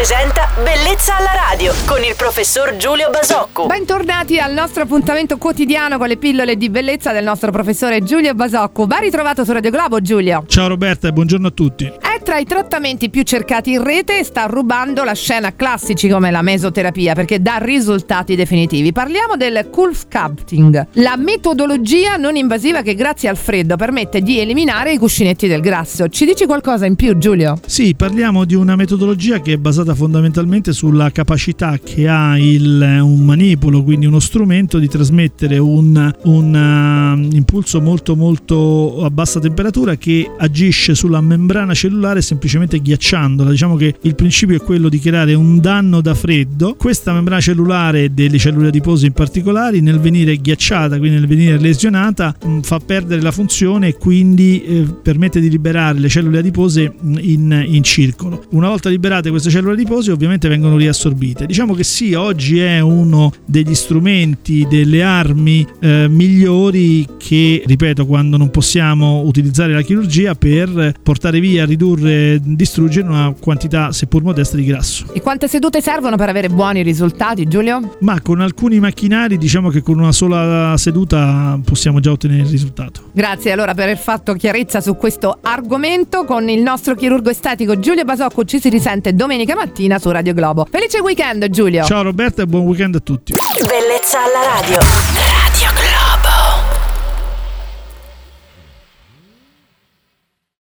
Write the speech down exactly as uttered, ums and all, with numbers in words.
presenta Bellezza alla radio con il professor Giulio Basocco. Bentornati al nostro appuntamento quotidiano con le pillole di bellezza del nostro professore Giulio Basocco. Ben ritrovato su Radio Globo, Giulio. Ciao Roberta e buongiorno a tutti. È tra i trattamenti più cercati in rete e sta rubando la scena a classici come la mesoterapia perché dà risultati definitivi. Parliamo del cool sculpting, la metodologia non invasiva che grazie al freddo permette di eliminare i cuscinetti del grasso. Ci dici qualcosa in più, Giulio? Sì, parliamo di una metodologia che è basata fondamentalmente sulla capacità che ha il, un manipolo, quindi uno strumento, di trasmettere un, un uh, impulso molto molto a bassa temperatura che agisce sulla membrana cellulare semplicemente ghiacciandola. Diciamo che il principio è quello di creare un danno da freddo. Questa membrana cellulare delle cellule adipose in particolare, nel venire ghiacciata, quindi nel venire lesionata, mh, fa perdere la funzione e quindi eh, permette di liberare le cellule adipose in, in circolo. Una volta liberate queste cellule adipose ovviamente vengono riassorbite. Diciamo che sì, oggi è uno degli strumenti, delle armi eh, migliori che, ripeto, quando non possiamo utilizzare la chirurgia, per portare via, ridurre, distruggere una quantità seppur modesta di grasso. E quante sedute servono per avere buoni risultati, Giulio? Ma con alcuni macchinari diciamo che con una sola seduta possiamo già ottenere il risultato. Grazie allora per aver fatto chiarezza su questo argomento. Con il nostro chirurgo estetico Giulio Basocco ci si risente domenica mattina su Radio Globo. Felice weekend, Giulio. Ciao Roberta e buon weekend a tutti. Bellezza alla radio.